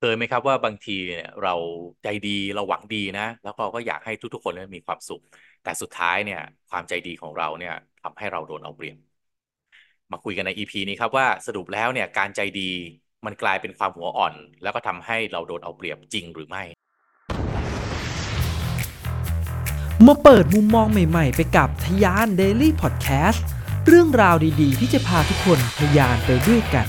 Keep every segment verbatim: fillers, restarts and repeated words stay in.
ยไหมครับว่าบางทีเนี่ยเราใจดีเราหวังดีนะแล้วก็ก็อยากให้ทุกๆคนเนี่ยมีความสุขแต่สุดท้ายเนี่ยความใจดีของเราเนี่ยทำให้เราโดนเอาเปรียบมาคุยกันใน อี พี นี้ครับว่าสรุปแล้วเนี่ยการใจดีมันกลายเป็นความหัวอ่อนแล้วก็ทำให้เราโดนเอาเปรียบจริงหรือไม่มาเปิดมุมมองใหม่ๆไปกับทยาน Daily Podcast เรื่องราวดีๆที่จะพาทุกคนทยานไปด้วยกัน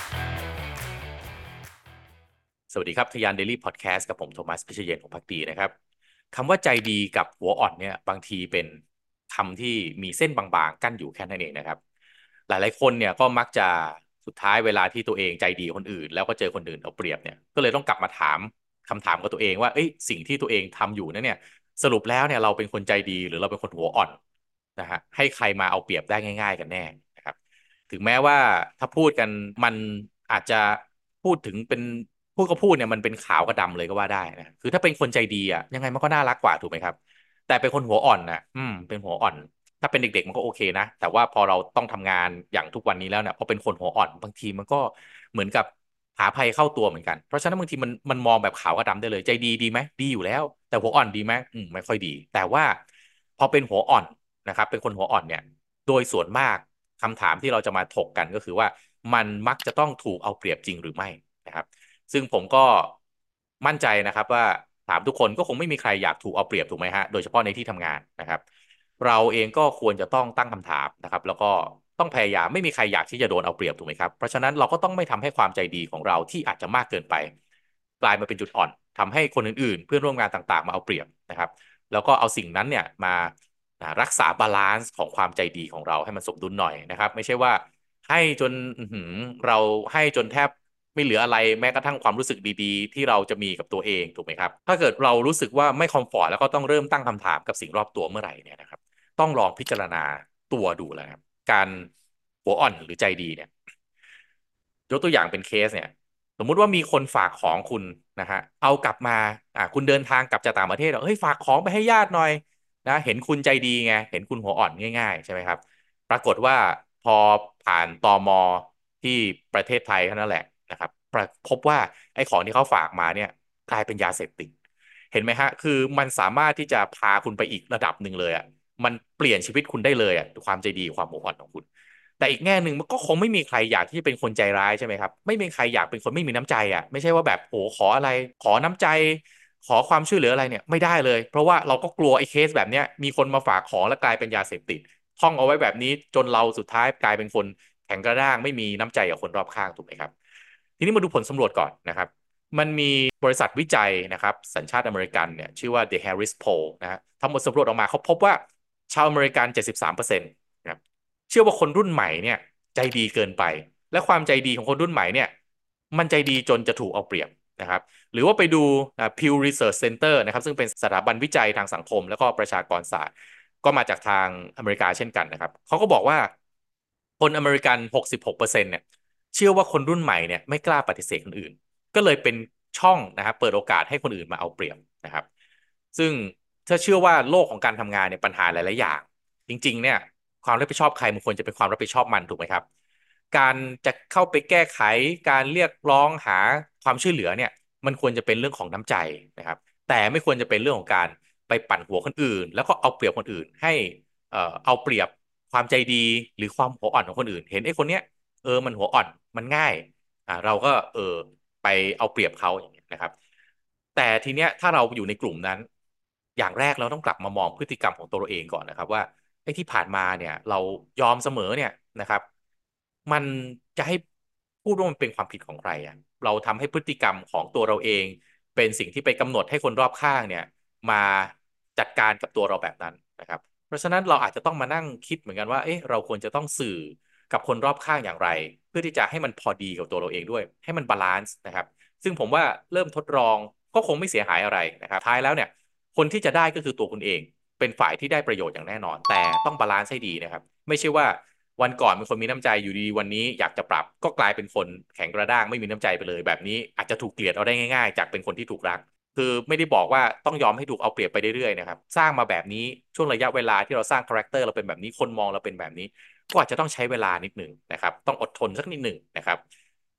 สวัสดีครับทยาน Daily Podcast กับผมโทมัสพิเชยเยนของภักดีนะครับคำว่าใจดีกับหัวอ่อนเนี่ยบางทีเป็นคำที่มีเส้นบางๆกั้นอยู่แค่นั้นเองนะครับหลายๆคนเนี่ยก็มักจะสุดท้ายเวลาที่ตัวเองใจดีคนอื่นแล้วก็เจอคนอื่นเอาเปรียบเนี่ยก็เลยต้องกลับมาถามคำถามกับตัวเองว่าเอ้ยสิ่งที่ตัวเองทำอยู่นั่นเนี่ยสรุปแล้วเนี่ยเราเป็นคนใจดีหรือเราเป็นคนหัวอ่อนนะฮะให้ใครมาเอาเปรียบได้ง่ายๆกันแน่นะครับ ถึงแม้ว่าถ้าพูดกันมันอาจจะพูดถึงเป็นพูดก็พูดเนี่ยมันเป็นขาวกับดำเลยก็ว่าได้นะคือถ้าเป็นคนใจดีอ่ะยังไงมันก็น่ารักกว่าถูกไหมครับแต่เป็นคนหัวอ่อนน่ะอืมเป็นหัวอ่อนถ้าเป็นเด็กๆมันก็โอเคนะแต่ว่าพอเราต้องทำงานอย่างทุกวันนี้แล้วเนี่ยพอเป็นคนหัวอ่อนบางทีมันก็เหมือนกับหาภัยเข้าตัวเหมือนกันเพราะฉะนั้นบางทีมันมันมองแบบขาวกับดำได้เลยใจดีดีไหมดีอยู่แล้วแต่หัวอ่อนดีไหมอืมไม่ค่อยดีแต่ว่าพอเป็นหัวอ่อนนะครับเป็นคนหัวอ่อนเนี่ย โดยส่วนมากคำถามที่เราจะมาถกกันก็คือว่ามันมักจะต้องถูกเอาเปรียบจริงหรือไม่นะครับซึ่งผมก็มั่นใจนะครับว่าถามทุกคนก็คงไม่มีใครอยากถูกเอาเปรียบถูกไหมฮะโดยเฉพาะในที่ทำงานนะครับเราเองก็ควรจะต้องตั้งคำถามนะครับแล้วก็ต้องพยายามไม่มีใครอยากที่จะโดนเอาเปรียบถูกไหมครับเพราะฉะนั้นเราก็ต้องไม่ทำให้ความใจดีของเราที่อาจจะมากเกินไปกลายมาเป็นจุดอ่อนทำให้คนอื่นๆเพื่อนร่วมงานต่างๆมาเอาเปรียบนะครับ แล้วก็เอาสิ่งนั้นเนี่ยมารักษาบาลานซ์ของความใจดีของเราให้มันสมดุลหน่อยนะครับไม่ใช่ว่าให้จนเราให้จนแทบไม่เหลืออะไรแม้กระทั่งความรู้สึกดีๆที่เราจะมีกับตัวเองถูกไหมครับถ้าเกิดเรารู้สึกว่าไม่คอมฟอร์ตแล้วก็ต้องเริ่มตั้งคำถามกับสิ่งรอบตัวเมื่อไหร่เนี่ยนะครับต้องลองพิจารณาตัวดูแล้วครับการหัวอ่อนหรือใจดีเนี่ยยกตัวอย่างเป็นเคสเนี่ย สมมุติว่ามีคนฝากของคุณนะฮะเอากลับมาอ่าคุณเดินทางกลับจากต่างประเทศเฮ้ยฝากของไปให้ญาติหน่อยนะเห็นคุณใจดีไงเห็นคุณหัวอ่อนง่ายๆใช่ไหมครับปรากฏว่าพอผ่านตมที่ประเทศไทยเท่านั้นแหละนะครับพบว่าไอ้ของที่เขาฝากมาเนี่ยกลายเป็นยาเสพติดเห็นไหมฮะคือมันสามารถที่จะพาคุณไปอีกระดับหนึ่งเลยอ่ะมันเปลี่ยนชีวิตคุณได้เลยอ่ะความใจดีความหัวอ่อนของคุณ แต่อีกแง่หนึ่งมันก็คงไม่มีใครอยากที่จะเป็นคนใจร้ายใช่ไหมครับไม่มีใครอยากเป็นคนไม่มีน้ำใจอ่ะไม่ใช่ว่าแบบโอ้ขออะไรขอน้ำใจขอความช่วยเหลืออะไรเนี่ยไม่ได้เลยเพราะว่าเราก็กลัวไอ้เคสแบบเนี้ยมีคนมาฝากของแล้วกลายเป็นยาเสพติดท่องเอาไว้แบบนี้จนเราสุดท้ายกลายเป็นคนแข็งกระด้างไม่มีน้ำใจกับคนรอบข้างถูกไหมครับทีนี้มาดูผลสำรวจก่อนนะครับมันมีบริษัทวิจัยนะครับสัญชาติอเมริกันเนี่ยชื่อว่า The Harris Poll นะฮะทำบทสำรวจออกมาเขาพบว่าชาวอเมริกันเจ็ดสิบสามเปอร์เซ็นต์นะครับ เชื่อว่าคนรุ่นใหม่เนี่ยใจดีเกินไปและความใจดีของคนรุ่นใหม่เนี่ยมันใจดีจนจะถูกเอาเปรียบนะครับหรือว่าไปดู Pew Research Center นะครับซึ่งเป็นสถาบันวิจัยทางสังคมแล้วก็ประชากรศาสตร์ก็มาจากทางอเมริกาเช่นกันนะครับเขาก็บอกว่าคนอเมริกันหกสิบหกเปอร์เซ็นต์เปอร์เซ็นต์เนี่ยเชื่อว่าคนรุ่นใหม่เนี่ยไม่กล้าปฏิเสธคนอื่นก็เลยเป็นช่องนะครับเปิดโอกาสให้คนอื่นมาเอาเปรียบนะครับซึ่งถ้าเชื่อว่าโลกของการทำงานเนี่ยปัญหาหลายๆอย่าง จริงๆเนี่ยความรับผิดชอบใครมันควรจะเป็นความรับผิดชอบมันถูกไหมครับการจะเข้าไปแก้ไขการเรียกร้องหาความช่วยเหลือเนี่ยมันควรจะเป็นเรื่องของน้ำใจนะครับแต่ไม่ควรจะเป็นเรื่องของการไปปั่นหัวคนอื่นแล้วก็เอาเปรียบคนอื่นให้เอ่อเอาเปรียบความใจดีหรือความหัวอ่อนของคนอื่นเห็นไอ้คนเนี้ยเออมันหัวอ่อนมันง่ายอ่าเราก็เออไปเอาเปรียบเขาอย่างเงี้ยนะครับแต่ทีเนี้ยถ้าเราอยู่ในกลุ่มนั้นอย่างแรกเราต้องกลับมามองพฤติกรรมของตัวเราเองก่อนนะครับว่า ไอ้ที่ผ่านมาเนี่ยเรายอมเสมอเนี่ยนะครับมันจะให้พูดว่ามันเป็นความผิดของใครอ่ะเราทำให้พฤติกรรมของตัวเราเองเป็นสิ่งที่ไปกำหนดให้คนรอบข้างเนี่ยมาจัดการกับตัวเราแบบนั้นนะครับเพราะฉะนั้นเราอาจจะต้องมานั่งคิดเหมือนกันว่าเอ๊ะเราควรจะต้องสื่อกับคนรอบข้างอย่างไรเพื่อที่จะให้มันพอดีกับตัวเราเองด้วยให้มันบาลานซ์นะครับซึ่งผมว่าเริ่มทดลองก็คงไม่เสียหายอะไรนะครับท้ายแล้วเนี่ยคนที่จะได้ก็คือตัวคุณเอง เป็นฝ่ายที่ได้ประโยชน์อย่างแน่นอนแต่ต้องบาลานซ์ให้ดีนะครับไม่ใช่ว่าวันก่อนเป็นคนมีน้ำใจอยู่ดีวันนี้อยากจะปรับก็กลายเป็นคนแข็งกระด้างไม่มีน้ำใจไปเลยแบบนี้อาจจะถูกเกลียดเอาได้ง่ายๆจากเป็นคนที่ถูกรักคือไม่ได้บอกว่าต้องยอมให้ถูกเอาเปรียบไปเรื่อยๆนะครับสร้างมาแบบนี้ช่วงระยะเวลาที่เราสร้างคาแรคเตอร์เราเป็นแบบนี้คนมองเราเป็นแบบนี้ก็อาจจะต้องใช้เวลานิดหนึ่งนะครับต้องอดทนสักนิดหนึ่งนะครับ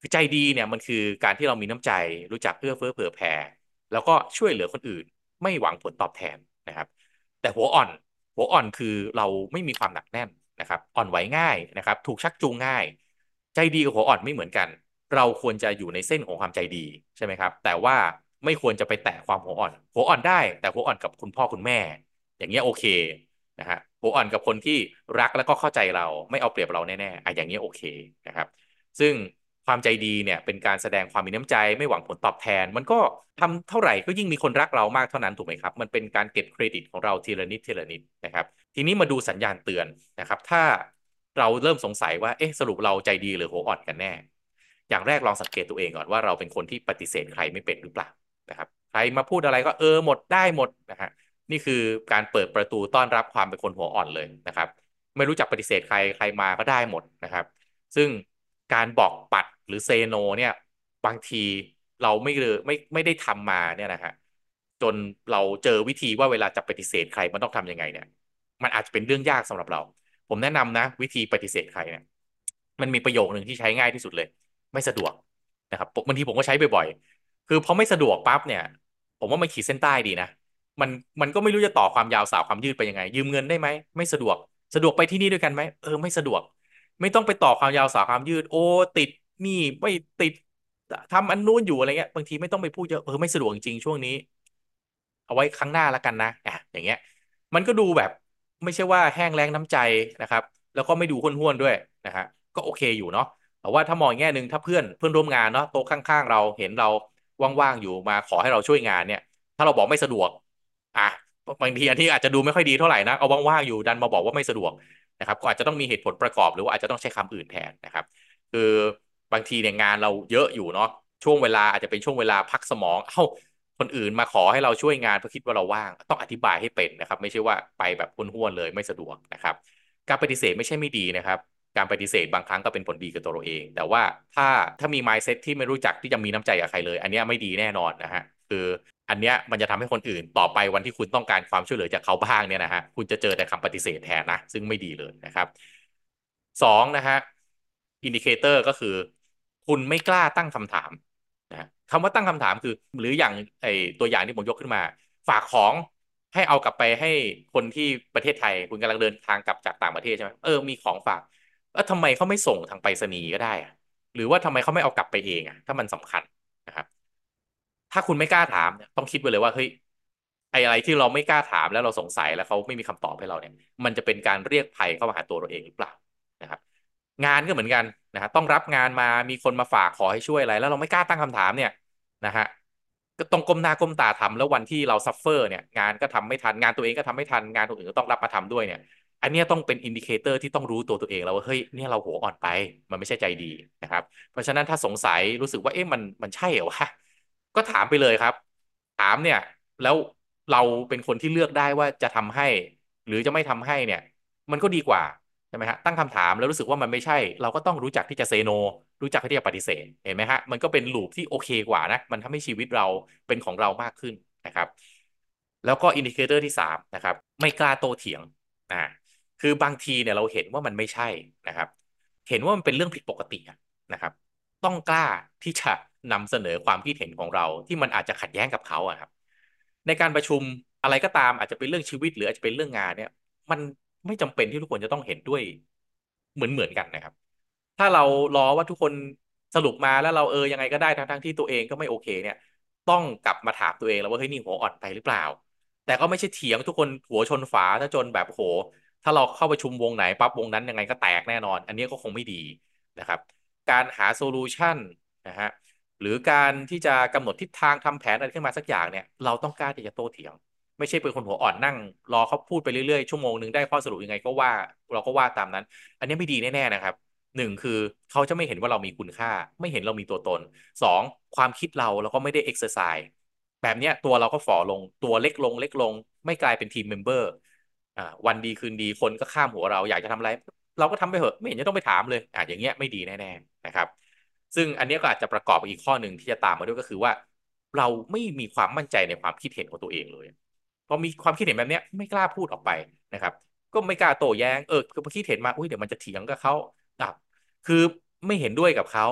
คือใจดีเนี่ยมันคือการที่เรามีน้ำใจรู้จักเอื้อเฟื้อเผื่อแผ่แล้วก็ช่วยเหลือคนอื่นไม่หวังผลตอบแทนนะครับแต่หัวอ่อนหัวอ่อนคือเราไม่มีความหนักแน่นนะครับอ่อนไหวง่ายนะครับถูกชักจูงง่ายใจดีกับหัวอ่อนไม่เหมือนกันเราควรจะอยู่ในเส้นของความใจดีใช่ไหมครับแต่ว่าไม่ควรจะไปแตะความหัวอ่อนหัวอ่อนได้แต่หัวอ่อนกับคุณพ่อคุณแม่อย่างเงี้ยโอเคนะฮะหัวอ่อนกับคนที่รักแล้วก็เข้าใจเราไม่เอาเปรียบเราแน่ๆอ่ะอย่างเงี้ยโอเคนะครับ ซึ่งความใจดีเนี่ยเป็นการแสดงความมีน้ำใจไม่หวังผลตอบแทนมันก็ทำเท่าไหร่ก็ยิ่งมีคนรักเรามากเท่านั้นถูกไหมครับมันเป็นการเก็บเครดิตของเราทีละนิดทีละนิดนะครับทีนี้มาดูสัญญาณเตือนนะครับถ้าเราเริ่มสงสัยว่าเอ๊ะสรุปเราใจดีหรือหัวอ่อนกันแน่อย่างแรกลองสังเกตตัวเองก่อนว่าเราเป็นคนที่ปฏิเสธใครไม่เป็นหรือเปล่านะครับใครมาพูดอะไรก็เออหมดได้หมดนะฮะนี่คือการเปิดประตูต้อนรับความเป็นคนหัวอ่อนเลยนะครับไม่รู้จักปฏิเสธใครใครมาก็ได้หมดนะครับ ซึ่งการบอกปัดหรือเซโนเนี่ยบางทีเราไม่เลยไม่ไม่ได้ทำมาเนี่ยนะฮะจนเราเจอวิธีว่าเวลาจะปฏิเสธใครมันต้องทำยังไงเนี่ยมันอาจจะเป็นเรื่องยากสำหรับเราผมแนะนำนะวิธีปฏิเสธใครเนี่ยมันมีประโยคหนึ่งที่ใช้ง่ายที่สุดเลยไม่สะดวกนะครับบางทีผมก็ใช้บ่อยๆคือพอไม่สะดวกปั๊บเนี่ยผมว่ามันขีดเส้นใต้ดีนะมันมันก็ไม่รู้จะต่อความยาวสาวความยืดไปยังไงยืมเงินได้ไหมไม่สะดวกสะดวกไปที่นี่ด้วยกันไหมเออไม่สะดวก ไม่ต้องไปต่อความยาวสาวความยืดโอ้ติดนี่ไม่ติดทำอันนู้นอยู่อะไรเงี้ยบางทีไม่ต้องไปพูดเยอะเออไม่สะดวกจริงๆช่วงนี้เอาไว้ครั้งหน้าแล้วกันนะอ่ะอย่างเงี้ยมันก็ดูแบบไม่ใช่ว่าแห้งแล้งน้ำใจนะครับแล้วก็ไม่ดูห้วนๆด้วยนะฮะก็โอเคอยู่เนาะแต่ว่าถ้ามองแง่หนึ่งถ้าเพื่อนเพื่อนร่วมงานเนาะโต๊ะข้างๆเราเห็นเราว่างๆอยู่มาขอให้เราช่วยงานเนี่ยถ้าเราบอกไม่สะดวกอ่ะบางทีอันที่อาจจะดูไม่ค่อยดีเท่าไหร่นะเอาว่างๆอยู่ดันมาบอกว่าไม่สะดวก นะครับก็อาจจะต้องมีเหตุผลประกอบหรือว่าอาจจะต้องใช้คำอื่นแทนนะครับคือบางทีเนี่ยงานเราเยอะอยู่เนาะช่วงเวลาอาจจะเป็นช่วงเวลาพักสมองเอ้าคนอื่นมาขอให้เราช่วยงานเพราะคิดว่าเราว่างต้องอธิบายให้เป็นนะครับไม่ใช่ว่าไปแบบห้วนๆเลยไม่สะดวกนะครับการปฏิเสธไม่ใช่ไม่ดีนะครับการปฏิเสธบางครั้งก็เป็นผลดีกับตัวเราเองแต่ว่าถ้าถ้ามี mindset ที่ไม่รู้จักที่จะมีน้ำใจกับใครเลยอันนี้ไม่ดีแน่นอนนะฮะคืออันเนี้ยมันจะทำให้คนอื่นต่อไปวันที่คุณต้องการความช่วยเหลือจากเขาบ้างเนี่ยนะฮะคุณจะเจอแต่คำปฏิเสธแทนนะซึ่งไม่ดีเลยนะครับสองนะฮะอินดิเคเตอร์ก็คือคุณไม่กล้าตั้งคำถามนะคำว่าตั้งคำถามคือหรืออย่างไอตัวอย่างที่ผมยกขึ้นมาฝากของให้เอากลับไปให้คนที่ประเทศไทยคุณกำลังเดินทางกลับจากต่างประเทศใช่ไหมเออมีของฝากแล้วทำไมเขาไม่ส่งทางไปรษณีย์ก็ได้อะหรือว่าทำไมเขาไม่เอากลับไปเองอะถ้ามันสำคัญนะครับ ถ้าคุณไม่กล้าถามเนี่ยต้องคิดไว้เลยว่าเฮ้ยไอ้อะไรที่เราไม่กล้าถามแล้วเราสงสัยแล้วเขาไม่มีคำตอบให้เราเนี่ยมันจะเป็นการเรียกภัยเข้ามาหาตัวเราเองหรือเปล่านะครับงานก็เหมือนกันนะฮะต้องรับงานมามีคนมาฝากขอให้ช่วยอะไรแล้วเราไม่กล้าตั้งคำถามเนี่ยนะฮะก็ต้องก้มหน้าก้มตาทำแล้ววันที่เราซัฟเฟอร์เนี่ยงานก็ทำไม่ทันงานตัวเองก็ทำไม่ทันงานคนอื่นก็ต้องรับมาทำด้วยเนี่ยอันนี้ต้องเป็นอินดิเคเตอร์ที่ต้องรู้ตัวตัวเองแล้วว่าเฮ้ยเนี่ยเราหัวอ่อนไปมันไม่ใช่ใจดีนะครับเพราะฉะนั้นถ้าสงสัยรู้สึกว่าเอ๊ะมันมันใช่เหรอวะ ก็ถามไปเลยครับถามเนี่ยแล้วเราเป็นคนที่เลือกได้ว่าจะทำให้หรือจะไม่ทำให้เนี่ยมันก็ดีกว่าใช่ไหมฮะตั้งคำถามแล้วรู้สึกว่ามันไม่ใช่เราก็ต้องรู้จักที่จะเซโนรู้จักที่จะปฏิเสธเห็นไหมฮะมันก็เป็นลูปที่โอเคกว่านะมันทำให้ชีวิตเราเป็นของเรามากขึ้นนะครับแล้วก็อินดิเคเตอร์ที่สามนะครับไม่กล้าโต้เถียงอ่าคือบางทีเนี่ยเราเห็นว่ามันไม่ใช่นะครับเห็นว่ามันเป็นเรื่องผิดปกติอะนะครับ ต้องกล้าที่จะนำเสนอความคิดเห็นของเราที่มันอาจจะขัดแย้งกับเขาอะครับในการประชุมอะไรก็ตามอาจจะเป็นเรื่องชีวิตหรืออาจจะเป็นเรื่องงานเนี่ยมันไม่จำเป็นที่ทุกคนจะต้องเห็นด้วยเหมือนเหมือนกันนะครับถ้าเรารอว่าทุกคนสรุปมาแล้วเราเออยังไงก็ได้ทั้งทั้งที่ตัวเองก็ไม่โอเคเนี่ยต้องกลับมาถามตัวเองแล้วว่าเฮ้ยนี่หัวอ่อนไปหรือเปล่าแต่ก็ไม่ใช่เถียงทุกคนหัวชนฝาถ้าจนแบบโหถ้าเราเข้าประชุมวงไหนปั๊บวงนั้นยังไงก็แตกแน่นอนอันนี้ก็คงไม่ดีนะครับ การหาโซลูชันนะฮะหรือการที่จะกำหนดทิศทางทำแผนอะไรขึ้นมาสักอย่างเนี่ยเราต้องกล้าที่จะโต้เถียงไม่ใช่เป็นคนหัวอ่อนนั่งรอเขาพูดไปเรื่อยๆชั่วโมงหนึ่งได้ข้อสรุปยังไงก็ว่าเราก็ว่าตามนั้นอันนี้ไม่ดีแน่ๆนะครับหนึ่งคือเขาจะไม่เห็นว่าเรามีคุณค่าไม่เห็นเรามีตัวตนสองความคิดเราเราก็ไม่ได้เอ็กซ์เซอร์ไซส์แบบเนี้ยตัวเราก็ฝ่อลงตัวเล็กลงเล็กลงไม่กลายเป็นทีมเมมเบอร์อ่าวันดีคืนดีคนก็ข้ามหัวเราอยากจะทำอะไร เราก็ทำไปเถอะไม่เห็นจะต้องไปถามเลยอ่ะอย่างเงี้ยไม่ดีแน่ๆนะครับซึ่งอันนี้ก็อาจจะประกอบอีกข้อหนึ่งที่จะตามมาด้วยก็คือว่าเราไม่มีความมั่นใจในความคิดเห็นของตัวเองเลยพอมีความคิดเห็นแบบเนี้ยไม่กล้าพูดออกไปนะครับก็ไม่กล้าโต้แย้งเออคือพอคิดเห็นมาอุ้ยเดี๋ยวมันจะเถียงกับเขาอ่ะคือไม่เห็นด้วยกับเขา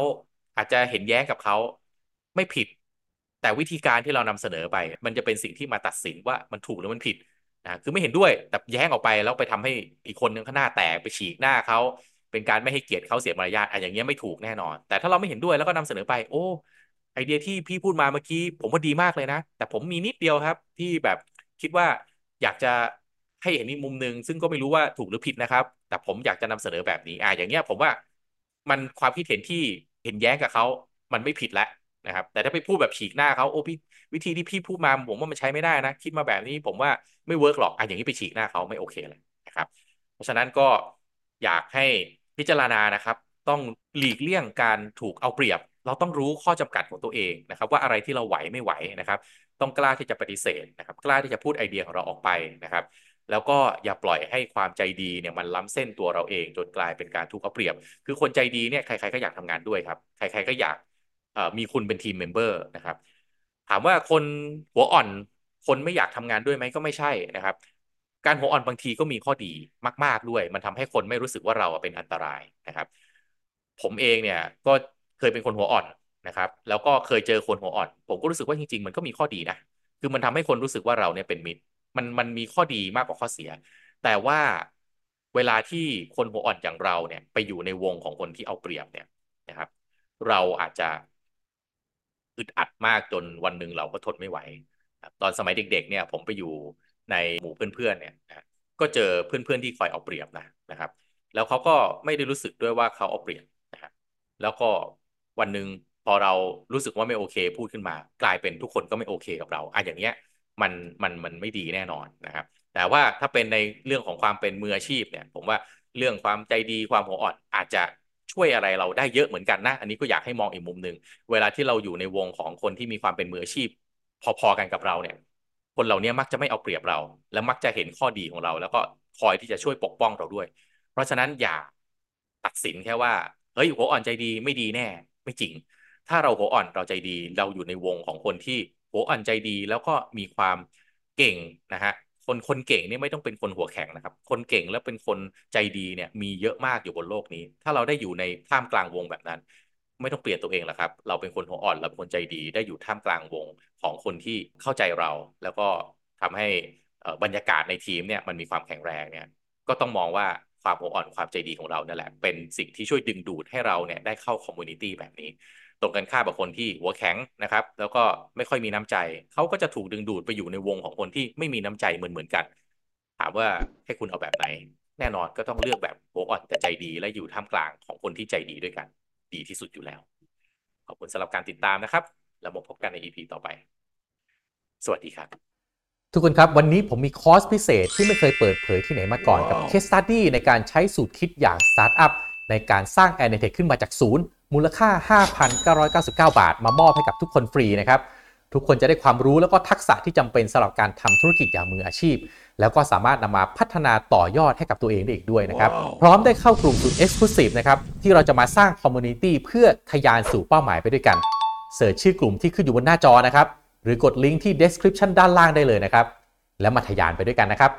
อาจจะเห็นแย้งกับเขาไม่ผิดแต่วิธีการที่เรานำเสนอไปมันจะเป็นสิ่งที่มาตัดสินว่ามันถูกหรือมันผิดนะคือไม่เห็นด้วยแต่แย้งออกไปแล้วไปทำให้อีกคนนึงข้างหน้าแตกไปฉีกหน้าเขาเป็นการไม่ให้เกียรติเขาเสียมารยาทอะอย่างเงี้ยไม่ถูกแน่นอนแต่ถ้าเราไม่เห็นด้วยแล้วก็นำเสนอไปโอ้ไอเดียที่พี่พูดมาเมื่อกี้ผมว่าดีมากเลยนะแต่ผมมีนิดเดียวครับที่แบบคิดว่าอยากจะให้เห็นอีกมุมหนึ่งซึ่งก็ไม่รู้ว่าถูกหรือผิดนะครับแต่ผมอยากจะนำเสนอแบบนี้อ่าอย่างเงี้ยผมว่ามันความคิดเห็นที่เห็นแย้งกับเขามันไม่ผิดแล้วนะครับแต่ถ้าไปพูดแบบฉีกหน้าเขาโอ้พี่วิธีที่พี่พูดมาผมว่ามันใช้ไม่ได้นะคิดมาแบบนี้ผมว่าไม่เวิร์กหรอกอ่ะอย่างนี้ไปฉีกหน้าเขาไม่โอเคเลยนะครับเพราะฉะนั้นก็อยากให้พิจารณานะครับต้องหลีกเลี่ยงการถูกเอาเปรียบเราต้องรู้ข้อจำกัดของตัวเองนะครับว่าอะไรที่เราไหวไม่ไหวนะครับต้องกล้าที่จะปฏิเสธนะครับกล้าที่จะพูดไอเดียของเราออกไปนะครับแล้วก็อย่าปล่อยให้ความใจดีเนี่ยมันล้ำเส้นตัวเราเองจนกลายเป็นการถูกเอาเปรียบคือคนใจดีเนี่ยใครๆก็อยากทำงานด้วยครับใครๆก็อยากเอ่อมีคุณเป็นทีมเมมเบอร์นะครับถามว่าคนหัวอ่อนคนไม่อยากทำงานด้วยไหมก็ไม่ใช่นะครับการหัวอ่อนบางทีก็มีข้อดีมากๆด้วยมันทำให้คนไม่รู้สึกว่าเราเป็นอันตรายนะครับผมเองเนี่ยก็เคยเป็นคนหัวอ่อนนะครับแล้วก็เคยเจอคนหัวอ่อนผมก็รู้สึกว่าจริงๆมันก็มีข้อดีนะคือมันทำให้คนรู้สึกว่าเราเนี่ยเป็นมิตรมันมันมีข้อดีมากกว่าข้อเสียแต่ว่าเวลาที่คนหัวอ่อนอย่างเราเนี่ยไปอยู่ในวงของคนที่เอาเปรียบเนี่ยนะครับเราอาจจะอึดอัดมากจนวันหนึ่งเราก็ทนไม่ไหวครับตอนสมัยเด็กๆเนี่ยผมไปอยู่ในหมู่เพื่อนๆเนี่ยนะก็เจอเพื่อนๆที่คอยเอาเปรียบนะนะครับแล้วเขาก็ไม่ได้รู้สึกด้วยว่าเขาเอาเปรียบนะครับแล้วก็วันหนึ่งพอเรารู้สึกว่าไม่โอเคพูดขึ้นมากลายเป็นทุกคนก็ไม่โอเคกับเราอ่ะอย่างเงี้ยมันมันมันไม่ดีแน่นอนนะครับแต่ว่าถ้าเป็นในเรื่องของความเป็นมืออาชีพเนี่ยผมว่าเรื่องความใจดีความหัวอ่อนอาจจะช่วยอะไรเราได้เยอะเหมือนกันนะอันนี้ก็อยากให้มองอีกมุมหนึ่ง เวลาที่เราอยู่ในวงของคนที่มีความเป็นมืออาชีพพอๆกันกับเราเนี่ยคนเหล่านี้มักจะไม่เอาเปรียบเราและมักจะเห็นข้อดีของเราแล้วก็คอยที่จะช่วยปกป้องเราด้วยเพราะฉะนั้นอย่าตัดสินแค่ว่าเฮ้ยหัวอ่อนใจดีไม่ดีแน่ไม่จริงถ้าเราหัวอ่อนเราใจดีเราอยู่ในวงของคนที่หัวอ่อนใจดีแล้วก็มีความเก่งนะฮะคนคนเก่งนี่ไม่ต้องเป็นคนหัวแข็งนะครับคนเก่งแล้วเป็นคนใจดีเนี่ยมีเยอะมากอยู่บนโลกนี้ถ้าเราได้อยู่ในท่ามกลางวงแบบนั้น ไม่ต้องเปลี่ยนตัวเองหรอกครับเราเป็นคนหัวอ่อนเราเป็นคนใจดีได้อยู่ท่ามกลางวงของคนที่เข้าใจเราแล้วก็ทำให้บรรยากาศในทีมเนี่ยมันมีความแข็งแรงเนี่ยก็ต้องมองว่าความหัวอ่อนความใจดีของเราเนี่ยแหละเป็นสิ่งที่ช่วยดึงดูดให้เราเนี่ยได้เข้าคอมมูนิตี้แบบนี้ตรงกันข้ามกับคนที่หัวแข็งนะครับแล้วก็ไม่ค่อยมีน้ำใจเขาก็จะถูกดึงดูดไปอยู่ในวงของคนที่ไม่มีน้ำใจเหมือนเหมือนกันถามว่าให้คุณเอาแบบไหนแน่นอนก็ต้องเลือกแบบหัวอ่อนแต่ใจดีและอยู่ท่ามกลางของคนที่ใจดีด้วยกัน ดีที่สุดอยู่แล้ว ขอบคุณสำหรับการติดตามนะครับ แล้วมาพบกันใน อี พี ต่อไป สวัสดีครับทุกคนครับวันนี้ผมมีคอร์สพิเศษที่ไม่เคยเปิดเผยที่ไหนมาก่อนกับ Case Study ในการใช้สูตรคิดอย่างสตาร์ทอัพในการสร้าง Anitech ขึ้นมาจากศูนย์มูลค่า ห้าพันเก้าร้อยเก้าสิบเก้า บาทมามอบให้กับทุกคนฟรีนะครับทุกคนจะได้ความรู้แล้วก็ทักษะที่จำเป็นสำหรับการทำธุรกิจอย่างมืออาชีพแล้วก็สามารถนำมาพัฒนาต่อยอดให้กับตัวเองได้อีกด้วยนะครับ wow. พร้อมได้เข้ากลุ่มสุด Exclusive นะครับที่เราจะมาสร้าง Community เพื่อทะยานสู่เป้าหมายไปด้วยกันเสิร์ชชื่อกลุ่มที่ขึ้นอยู่บนหน้าจอนะครับหรือกดลิงก์ที่ Description ด้านล่างได้เลยนะครับแล้วมาทะยานไปด้วยกันนะครับ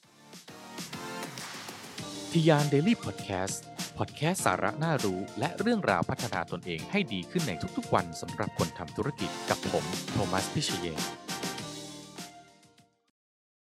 ทะยาน Daily Podcast Podcast สาระน่ารู้และเรื่องราวพัฒนาตนเองให้ดีขึ้นในทุกๆวันสำหรับคนทำธุรกิจกับผมโทมัสพิเชยน